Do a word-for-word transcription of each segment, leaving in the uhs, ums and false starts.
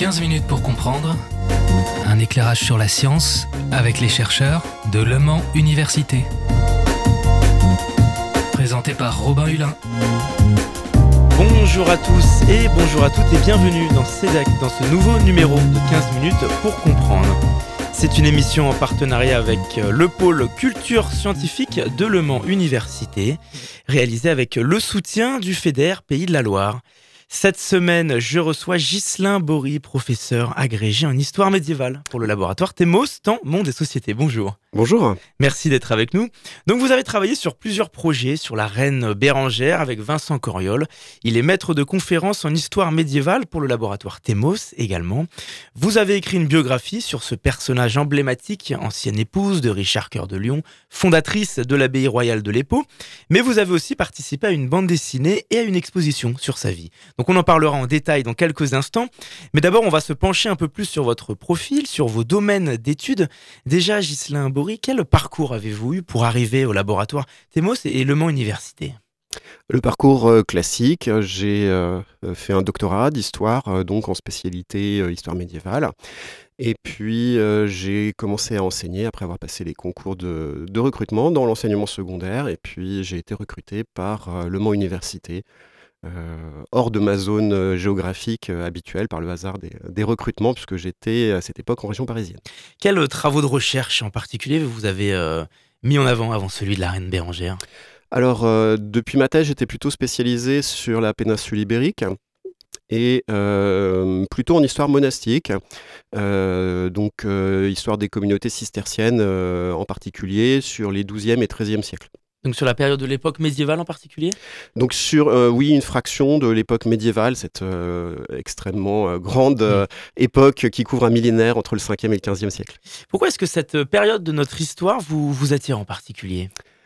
quinze minutes pour comprendre, un éclairage sur la science avec les chercheurs de Le Mans Université. Présenté par Robin Hulin. Bonjour à tous et bonjour à toutes et bienvenue dans C E D A C, dans ce nouveau numéro de quinze minutes pour comprendre. C'est une émission en partenariat avec le pôle culture scientifique de Le Mans Université, réalisée avec le soutien du FEDER Pays de la Loire. Cette semaine, je reçois Ghislain Bory, professeur agrégé en histoire médiévale pour le laboratoire Thémos, Temps, Monde et Société. Bonjour. Bonjour. Merci d'être avec nous. Donc vous avez travaillé sur plusieurs projets sur la reine Bérengère avec Vincent Coriol. Il est maître de conférences en histoire médiévale pour le laboratoire Thémos également. Vous avez écrit une biographie sur ce personnage emblématique, ancienne épouse de Richard Cœur de Lion, fondatrice de l'abbaye royale de l'Épau. Mais vous avez aussi participé à une bande dessinée et à une exposition sur sa vie. Donc on en parlera en détail dans quelques instants. Mais d'abord, on va se pencher un peu plus sur votre profil, sur vos domaines d'études. Déjà, Ghislain Bory, quel parcours avez-vous eu pour arriver au laboratoire Thémos et Le Mans Université ? Le parcours euh, classique, j'ai euh, fait un doctorat d'histoire, euh, donc en spécialité euh, histoire médiévale. Et puis euh, j'ai commencé à enseigner après avoir passé les concours de, de recrutement dans l'enseignement secondaire. Et puis j'ai été recruté par euh, Le Mans Université. Euh, hors de ma zone euh, géographique euh, habituelle par le hasard des, des recrutements, puisque j'étais à cette époque en région parisienne. Quels travaux de recherche en particulier vous avez euh, mis en avant avant celui de la reine Bérengère ? Alors, euh, depuis ma thèse, j'étais plutôt spécialisé sur la péninsule ibérique et euh, plutôt en histoire monastique, euh, donc euh, histoire des communautés cisterciennes euh, en particulier sur les douzième et treizième siècles. Donc sur la période de l'époque médiévale en particulier ? Donc sur, euh, oui, une fraction de l'époque médiévale, cette euh, extrêmement euh, grande euh, époque qui couvre un millénaire entre le cinquième et le quinzième siècle. Pourquoi est-ce que cette période de notre histoire vous, vous attire en particulier ?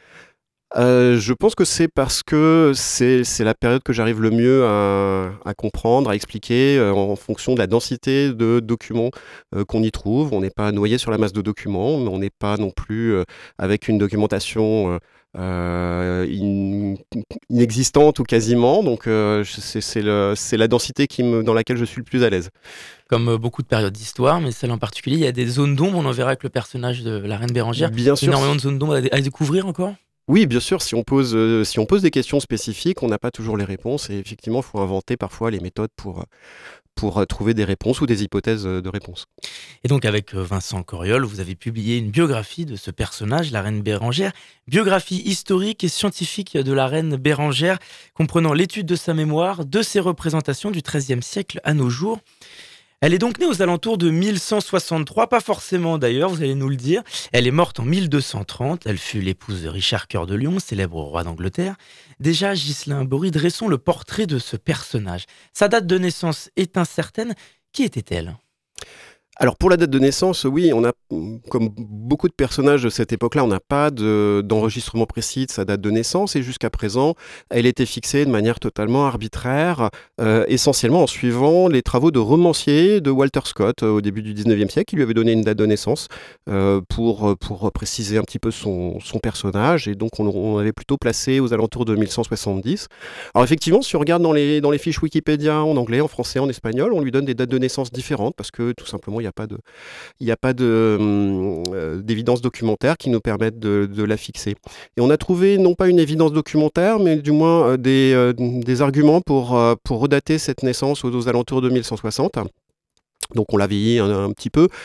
Euh, je pense que c'est parce que c'est, c'est la période que j'arrive le mieux à, à comprendre, à expliquer euh, en fonction de la densité de documents euh, qu'on y trouve. On n'est pas noyé sur la masse de documents, mais on n'est pas non plus euh, avec une documentation euh, euh, in, inexistante ou quasiment. Donc euh, c'est, c'est, le, c'est la densité qui me, dans laquelle je suis le plus à l'aise. Comme beaucoup de périodes d'histoire, mais celle en particulier, il y a des zones d'ombre. On en verra avec le personnage de la reine Bérengère. Bien sûr. Énormément de zones d'ombre à, à découvrir encore ? Oui, bien sûr, si on pose, euh, si on pose des questions spécifiques, on n'a pas toujours les réponses et effectivement, il faut inventer parfois les méthodes pour, pour euh, trouver des réponses ou des hypothèses de réponse. Et donc avec Vincent Coriol, vous avez publié une biographie de ce personnage, la reine Bérengère, biographie historique et scientifique de la reine Bérengère, comprenant l'étude de sa mémoire, de ses représentations du treizième siècle à nos jours. Elle est donc née aux alentours de mille cent soixante-trois, pas forcément d'ailleurs, vous allez nous le dire. Elle est morte en mille deux cent trente, elle fut l'épouse de Richard Cœur de Lion, célèbre roi d'Angleterre. Déjà, Ghislain Bory, dressons le portrait de ce personnage. Sa date de naissance est incertaine. Qui était-elle ? Alors pour la date de naissance, oui, on a, comme beaucoup de personnages de cette époque-là, on n'a pas de, d'enregistrement précis de sa date de naissance et jusqu'à présent, elle était fixée de manière totalement arbitraire, euh, essentiellement en suivant les travaux de romancier de Walter Scott euh, au début du dix-neuvième siècle, qui lui avait donné une date de naissance euh, pour, pour préciser un petit peu son, son personnage et donc on, on avait plutôt placé aux alentours de mille cent soixante-dix. Alors effectivement, si on regarde dans les, dans les fiches Wikipédia en anglais, en français, en espagnol, on lui donne des dates de naissance différentes parce que tout simplement, il n'y a pas de, il n'y a pas de, euh, d'évidence documentaire qui nous permette de, de la fixer. Et on a trouvé non pas une évidence documentaire, mais du moins euh, des, euh, des arguments pour, euh, pour redater cette naissance aux, aux alentours de mille cent soixante. Donc on l'a vieilli un, un petit peu,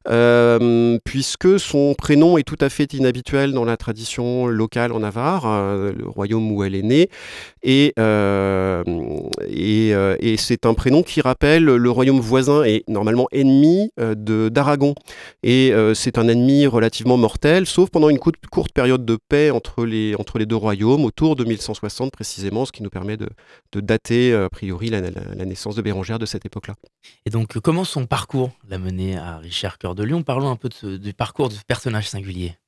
euh, puisque son prénom est tout à fait inhabituel dans la tradition locale en Navarre, euh, le royaume où elle est née, et, euh, et, euh, et c'est un prénom qui rappelle le royaume voisin et normalement ennemi euh, de, d'Aragon. Et euh, c'est un ennemi relativement mortel, sauf pendant une courte, courte période de paix entre les, entre les deux royaumes, autour de mille cent soixante précisément, ce qui nous permet de, de dater a priori la, la, la naissance de Bérengère de cette époque-là. Et donc comment son parcours l'a mené à Richard Cœur de Lion ? Parlons un peu de ce, du parcours de ce personnage singulier.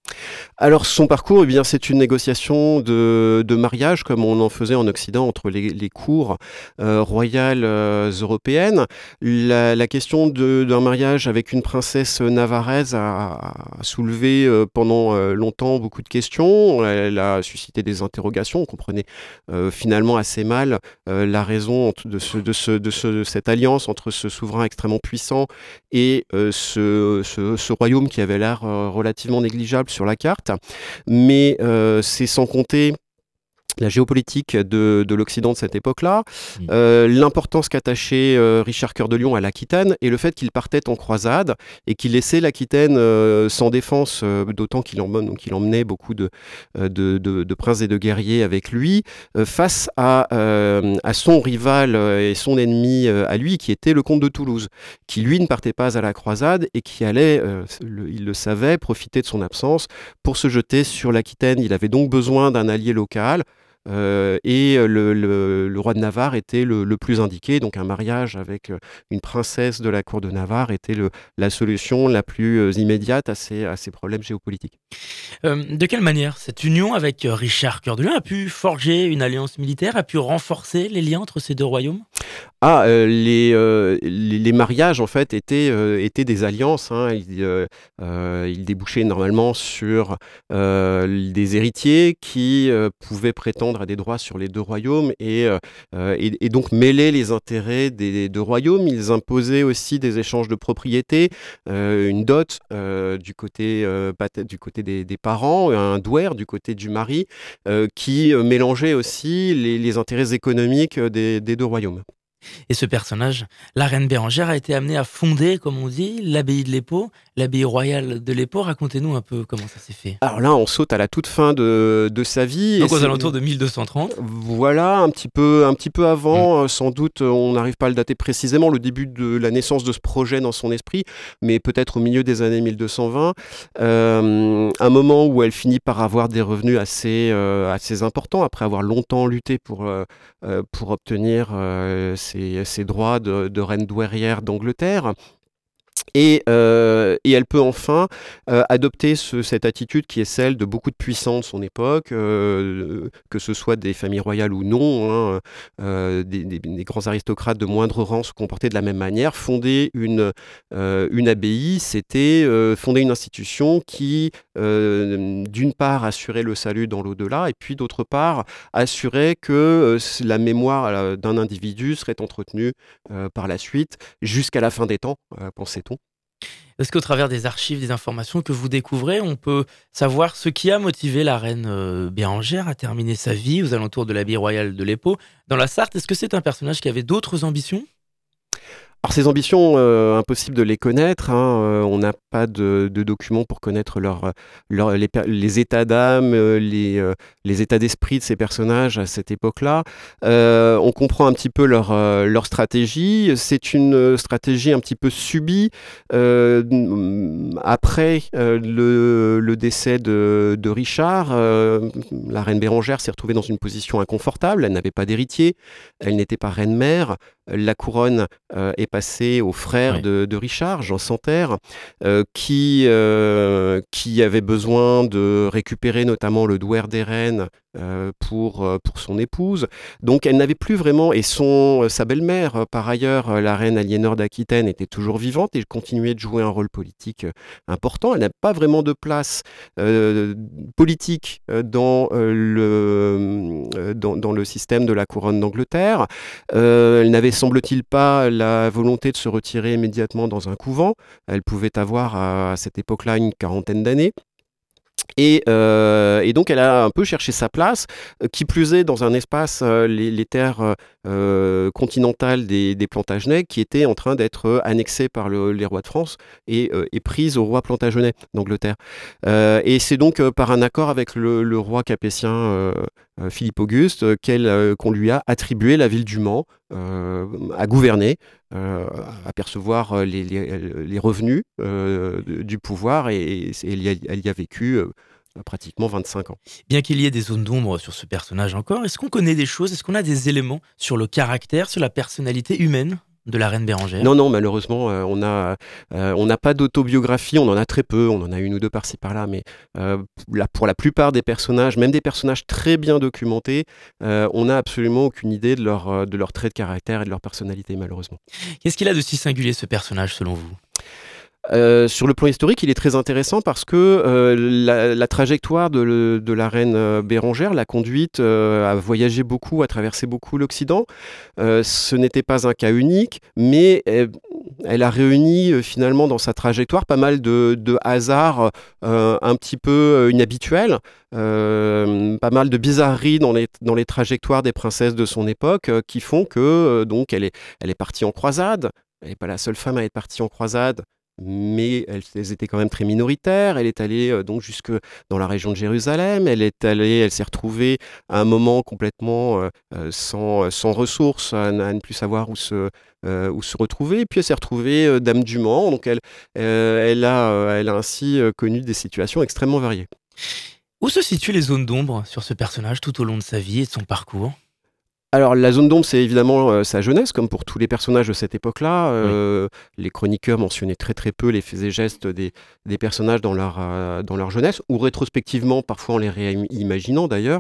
Alors son parcours, eh bien, c'est une négociation de, de mariage comme on en faisait en Occident entre les, les cours euh, royales euh, européennes. La, la question de, d'un mariage avec une princesse navarraise a, a soulevé euh, pendant euh, longtemps beaucoup de questions. Elle a suscité des interrogations. On comprenait euh, finalement assez mal euh, la raison de, ce, de, ce, de, ce, de cette alliance entre ce souverain extrêmement puissant et euh, ce, ce, ce royaume qui avait l'air euh, relativement négligeable sur la carte. Mais euh, c'est sans compter la géopolitique de, de l'Occident de cette époque-là, mmh. euh, l'importance qu'attachait euh, Richard Cœur de Lion à l'Aquitaine et le fait qu'il partait en croisade et qu'il laissait l'Aquitaine euh, sans défense, euh, d'autant qu'il, emmène, qu'il emmenait beaucoup de, de, de, de princes et de guerriers avec lui, euh, face à, euh, à son rival et son ennemi euh, à lui, qui était le comte de Toulouse, qui lui ne partait pas à la croisade et qui allait, euh, le, il le savait, profiter de son absence pour se jeter sur l'Aquitaine. Il avait donc besoin d'un allié local. Euh, et le, le, le roi de Navarre était le, le plus indiqué, donc un mariage avec une princesse de la cour de Navarre était le, la solution la plus immédiate à ces, à ces problèmes géopolitiques. Euh, de quelle manière cette union avec Richard Cœur de Lion a pu forger une alliance militaire, a pu renforcer les liens entre ces deux royaumes ? Ah, euh, les, euh, les, les mariages en fait étaient, euh, étaient des alliances. Hein. Ils, euh, euh, ils débouchaient normalement sur euh, des héritiers qui euh, pouvaient prétendre à des droits sur les deux royaumes et, euh, et, et donc mêler les intérêts des deux royaumes. Ils imposaient aussi des échanges de propriété, euh, une dot euh, du côté, euh, du côté des, des parents, un douaire du côté du mari, euh, qui mélangeait aussi les, les intérêts économiques des, des deux royaumes. Et ce personnage, la reine Bérengère, a été amenée à fonder, comme on dit, l'abbaye de l'Épau, l'abbaye royale de l'Épau. Racontez-nous un peu comment ça s'est fait. Alors là, on saute à la toute fin de, de sa vie. Donc aux c'est... alentours de mille deux cent trente. Voilà, un petit peu, un petit peu avant. Mmh. Sans doute, on n'arrive pas à le dater précisément, le début de la naissance de ce projet dans son esprit, mais peut-être au milieu des années mille deux cent vingt. Euh, un moment où elle finit par avoir des revenus assez, euh, assez importants, après avoir longtemps lutté pour, euh, pour obtenir euh, ses, ses droits de, de reine douairière d'Angleterre. Et, euh, et elle peut enfin euh, adopter ce, cette attitude qui est celle de beaucoup de puissants de son époque, euh, que ce soit des familles royales ou non, hein, euh, des, des, des grands aristocrates de moindre rang se comportaient de la même manière. Fonder une, euh, une abbaye, c'était euh, fonder une institution qui, euh, d'une part, assurait le salut dans l'au-delà, et puis d'autre part, assurait que euh, la mémoire euh, d'un individu serait entretenue euh, par la suite jusqu'à la fin des temps, euh, pensait-on. Est-ce qu'au travers des archives, des informations que vous découvrez, on peut savoir ce qui a motivé la reine euh, Bérengère à terminer sa vie aux alentours de l'abbaye royale de l'Épau, dans la Sarthe ? Est-ce que c'est un personnage qui avait d'autres ambitions ? Alors ces ambitions, euh, impossible de les connaître, hein, euh, on n'a pas de, de documents pour connaître leur, leur, les, les états d'âme, euh, les, euh, les états d'esprit de ces personnages à cette époque-là. Euh, on comprend un petit peu leur, euh, leur stratégie, c'est une stratégie un petit peu subie. Euh, après euh, le, le décès de, de Richard, euh, la reine Bérengère s'est retrouvée dans une position inconfortable, elle n'avait pas d'héritier, elle n'était pas reine-mère. La couronne euh, est passée au frère oui. de, de Richard, Jean Santerre, euh, qui, euh, qui avait besoin de récupérer notamment le douaire des reines euh, pour, euh, pour son épouse. Donc elle n'avait plus vraiment, et son, sa belle-mère, euh, par ailleurs, la reine Aliénor d'Aquitaine, était toujours vivante et continuait de jouer un rôle politique euh, important. Elle n'a pas vraiment de place euh, politique euh, dans, euh, le, euh, dans, dans le système de la couronne d'Angleterre. Euh, elle n'avait semble-t-il pas la volonté de se retirer immédiatement dans un couvent. Elle pouvait avoir à, à cette époque-là une quarantaine d'années. Et, euh, et donc elle a un peu cherché sa place, euh, qui plus est dans un espace, euh, les, les terres euh, continentales des, des Plantagenets, qui étaient en train d'être annexées par le, les rois de France et, euh, et prises au roi Plantagenet d'Angleterre. Euh, et c'est donc euh, par un accord avec le, le roi capétien euh, euh, Philippe Auguste euh, qu'elle, euh, qu'on lui a attribué la ville du Mans euh, à gouverner, euh, à percevoir les, les, les revenus euh, du pouvoir, et, et elle, y a, elle y a vécu euh, pratiquement vingt-cinq ans. Bien qu'il y ait des zones d'ombre sur ce personnage encore, est-ce qu'on connaît des choses, est-ce qu'on a des éléments sur le caractère, sur la personnalité humaine de la reine Bérengère? Non, non, malheureusement, euh, on a, euh, on n'a pas d'autobiographie, on en a très peu, on en a une ou deux par-ci par-là, mais euh, là, pour la plupart des personnages, même des personnages très bien documentés, euh, on n'a absolument aucune idée de leur, euh, de leur trait de caractère et de leur personnalité, malheureusement. Qu'est-ce qu'il a de si singulier ce personnage selon vous? Euh, sur le plan historique, il est très intéressant parce que euh, la, la trajectoire de, le- de la reine euh, Bérengère l'a conduite euh, à voyager beaucoup, à traverser beaucoup l'Occident. Euh, ce n'était pas un cas unique, mais elle, elle a réuni euh, finalement dans sa trajectoire pas mal de, de hasards euh, un petit peu euh, inhabituels, euh, pas mal de bizarreries dans les, dans les trajectoires des princesses de son époque euh, qui font que euh, donc elle est, elle est partie en croisade. Elle n'est pas la seule femme à être partie en croisade, mais elles, elles étaient quand même très minoritaires. Elle est allée euh, donc jusque dans la région de Jérusalem. Elle est allée, elle s'est retrouvée à un moment complètement euh, euh, sans, sans ressources, à, n- à ne plus savoir où se, euh, où se retrouver. Puis elle s'est retrouvée euh, dame du Mans. Donc elle, euh, elle a, euh, elle a ainsi euh, connu des situations extrêmement variées. Où se situent les zones d'ombre sur ce personnage tout au long de sa vie et de son parcours? Alors, la zone d'ombre, c'est évidemment euh, sa jeunesse, comme pour tous les personnages de cette époque-là. Euh, Les chroniqueurs mentionnaient très très peu les faits et gestes des, des personnages dans leur, euh, dans leur jeunesse, ou rétrospectivement, parfois en les réimaginant d'ailleurs.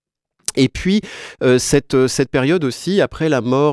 Et puis, euh, cette, euh, cette période aussi, après la mort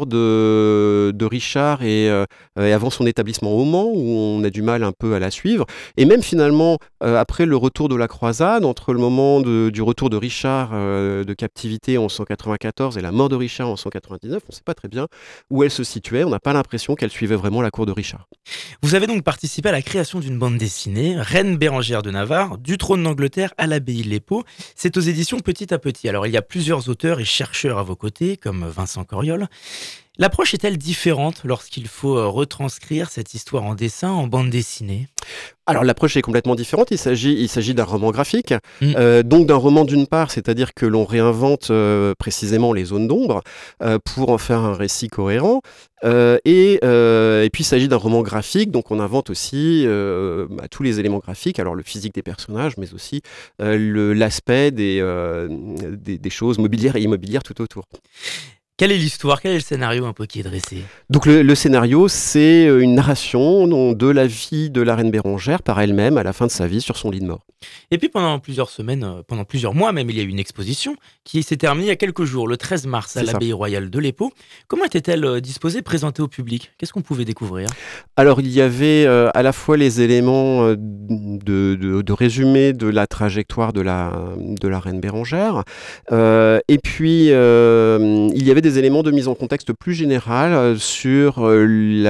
de, de Richard et, euh, et avant son établissement au Mans, où on a du mal un peu à la suivre, et même finalement, euh, après le retour de la croisade, entre le moment de- du retour de Richard euh, de captivité en mille cent quatre-vingt-quatorze et la mort de Richard en mille cent quatre-vingt-dix-neuf, on ne sait pas très bien où elle se situait, on n'a pas l'impression qu'elle suivait vraiment la cour de Richard. Vous avez donc participé à la création d'une bande dessinée, Reine Bérengère de Navarre, du trône d'Angleterre à l'abbaye de l'Épau. C'est aux éditions Petit à Petit. Alors il y a plusieurs auteurs et chercheurs à vos côtés, comme Vincent Coriol. L'approche est-elle différente lorsqu'il faut euh, retranscrire cette histoire en dessin, en bande dessinée? Alors l'approche est complètement différente, il s'agit, il s'agit d'un roman graphique, Mm. euh, donc d'un roman d'une part, c'est-à-dire que l'on réinvente euh, précisément les zones d'ombre euh, pour en faire un récit cohérent, euh, et, euh, et puis il s'agit d'un roman graphique, donc on invente aussi euh, bah, tous les éléments graphiques, alors le physique des personnages, mais aussi euh, le- l'aspect des, euh, des, des choses mobilières et immobilières tout autour. Quelle est l'histoire? Quel est le scénario un peu qui est dressé? Donc le, le scénario, c'est une narration donc, de la vie de la reine Bérengère par elle-même à la fin de sa vie sur son lit de mort. Et puis pendant plusieurs semaines, euh, pendant plusieurs mois même, il y a eu une exposition qui s'est terminée il y a quelques jours, le treize mars, à C'est ça. l'abbaye royale de l'Épau. Comment était-elle euh, disposée, présentée au public? Qu'est-ce qu'on pouvait découvrir? Alors il y avait euh, à la fois les éléments euh, de, de- de résumé de la trajectoire de la, de la reine Bérengère, euh, et puis euh, il y avait des éléments de mise en contexte plus général euh, sur euh,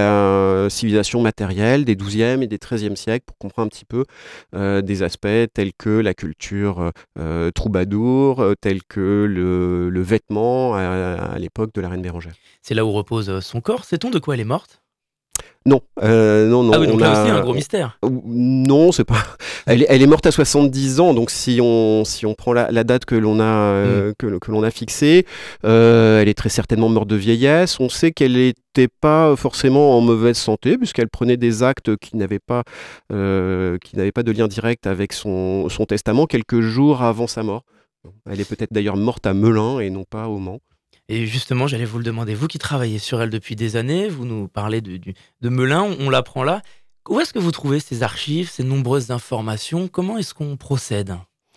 la civilisation matérielle des douzième et des treizième siècles pour comprendre un petit peu euh, des aspects tels que la culture euh, troubadour, euh, tels que le, le vêtement à, à l'époque de la reine Bérengère. C'est là où repose euh, son corps. Sait-on de quoi elle est morte? Non, euh, non, non. Ah oui, donc on là a- aussi, un gros mystère. Ou- Non, c'est pas. Elle est, elle est morte à soixante-dix ans, donc si on, si on prend la, la date que l'on a, euh, que, que l'on a fixée, euh, elle est très certainement morte de vieillesse. On sait qu'elle n'était pas forcément en mauvaise santé, puisqu'elle prenait des actes qui n'avaient pas, euh, qui n'avaient pas de lien direct avec son, son testament quelques jours avant sa mort. Elle est peut-être d'ailleurs morte à Melun et non pas au Mans. Et justement, j'allais vous le demander. Vous qui travaillez sur elle depuis des années, vous nous parlez de, du- de Melun, on, on l'apprend là. Où est-ce que vous trouvez ces archives, ces nombreuses informations? Comment est-ce qu'on procède?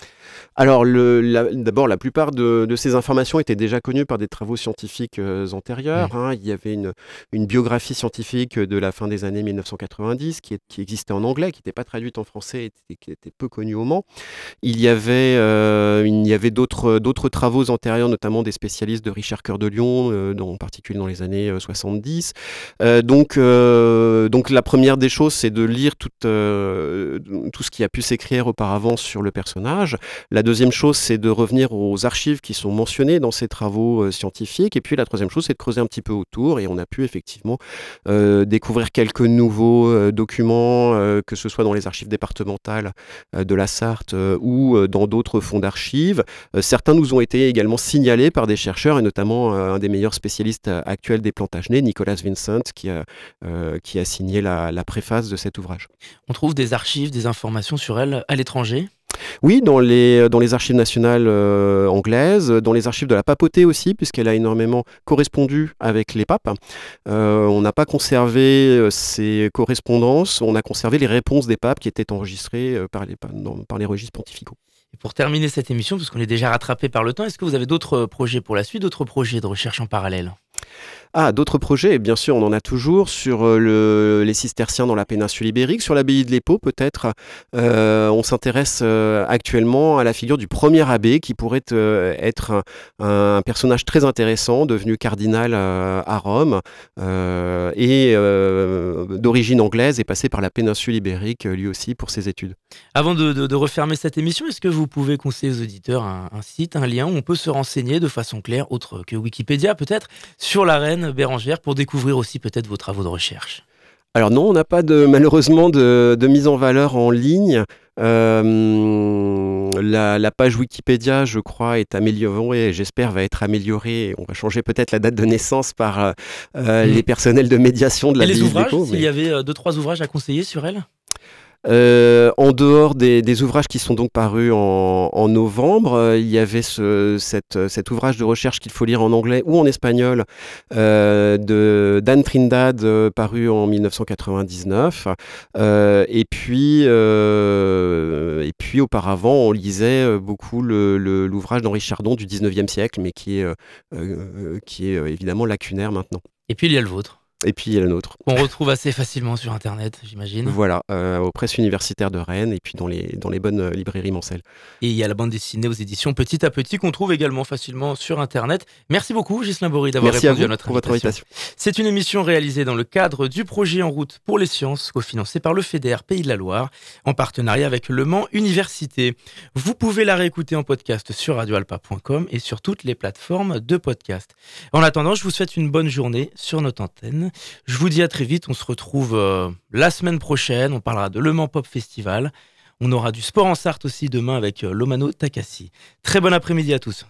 Alors, le- la- d'abord, la plupart de, de ces informations étaient déjà connues par des travaux scientifiques euh, antérieurs. hein. Il y avait une, une biographie scientifique de la fin des années mille neuf cent quatre-vingt-dix qui, est- qui existait en anglais, qui n'était pas traduite en français et qui était peu connue au Mans. Il y avait, euh, il y avait d'autres, d'autres travaux antérieurs, notamment des spécialistes de Richard Cœur de Lion, euh, dans- en particulier dans les années euh, soixante-dix. Euh, donc, euh, donc, la première des choses, c'est de lire tout, euh, tout ce qui a pu s'écrire auparavant sur le personnage. La deuxième chose, c'est de revenir aux archives qui sont mentionnées dans ces travaux euh, scientifiques. Et puis la troisième chose, c'est de creuser un petit peu autour. Et on a pu effectivement euh, découvrir quelques nouveaux euh, documents, euh, que ce soit dans les archives départementales euh, de la Sarthe euh, ou euh, dans d'autres fonds d'archives. Euh, certains nous ont été également signalés par des chercheurs, et notamment euh, un des meilleurs spécialistes euh, actuels des Plantagenets, Nicolas Vincent, qui a, euh, qui a signé la, la préface de cet ouvrage. On trouve des archives, des informations sur elle à l'étranger? Oui, dans les, dans les archives nationales euh, anglaises, dans les archives de la papauté aussi, puisqu'elle a énormément correspondu avec les papes. Euh, on n'a pas conservé ces correspondances, on a conservé les réponses des papes qui étaient enregistrées par les, par les registres pontificaux. Et pour terminer cette émission, parce qu'on est déjà rattrapé par le temps, est-ce que vous avez d'autres projets pour la suite, d'autres projets de recherche en parallèle ? Ah, d'autres projets, bien sûr, on en a toujours sur le, les cisterciens dans la péninsule ibérique, sur l'abbaye de l'Épau peut-être. Euh, on s'intéresse euh, actuellement à la figure du premier abbé qui pourrait euh, être un, un personnage très intéressant, devenu cardinal euh, à Rome euh, et euh, d'origine anglaise et passé par la péninsule ibérique lui aussi pour ses études. Avant de, de, de refermer cette émission, est-ce que vous pouvez conseiller aux auditeurs un, un site, un lien où on peut se renseigner de façon claire, autre que Wikipédia peut-être, sur la reine Bérengère pour découvrir aussi peut-être vos travaux de recherche ? Alors non, on n'a pas de, malheureusement de, de mise en valeur en ligne. Euh, la, la page Wikipédia, je crois, est améliorée et j'espère va être améliorée. On va changer peut-être la date de naissance par euh, mmh. les personnels de médiation de la Et les ouvrages, mais... s'il y avait euh, deux, trois ouvrages à conseiller sur elle ? Euh, en dehors des, des ouvrages qui sont donc parus en, en novembre, euh, il y avait ce, cette, cet ouvrage de recherche qu'il faut lire en anglais ou en espagnol euh, de d'Anne Trindade euh, paru en dix-neuf cent quatre-vingt-dix-neuf. Euh, et puis euh, et puis auparavant, on lisait beaucoup le, le, l'ouvrage d'Henri Chardon du dix-neuvième siècle, mais qui est euh, euh, qui est évidemment lacunaire maintenant. Et puis il y a le vôtre. Et puis il y a la nôtre. On retrouve assez facilement sur Internet, j'imagine. Voilà, euh, aux presses universitaires de Rennes et puis dans les, dans les bonnes librairies Mancel. Et il y a la bande dessinée aux éditions Petit à Petit qu'on trouve également facilement sur Internet. Merci beaucoup Ghislain Bory d'avoir Merci répondu à, à notre pour votre invitation. C'est une émission réalisée dans le cadre du projet En route pour les sciences, cofinancé par le FEDER Pays de la Loire, en partenariat avec Le Mans Université. Vous pouvez la réécouter en podcast sur radio alpa point com et sur toutes les plateformes de podcast. En attendant, je vous souhaite une bonne journée sur notre antenne. Je vous dis à très vite, on se retrouve euh, la semaine prochaine, on parlera de Le Mans Pop Festival, on aura du sport en Sarthe aussi demain avec euh, Lomano Takassi. Très bon après-midi à tous.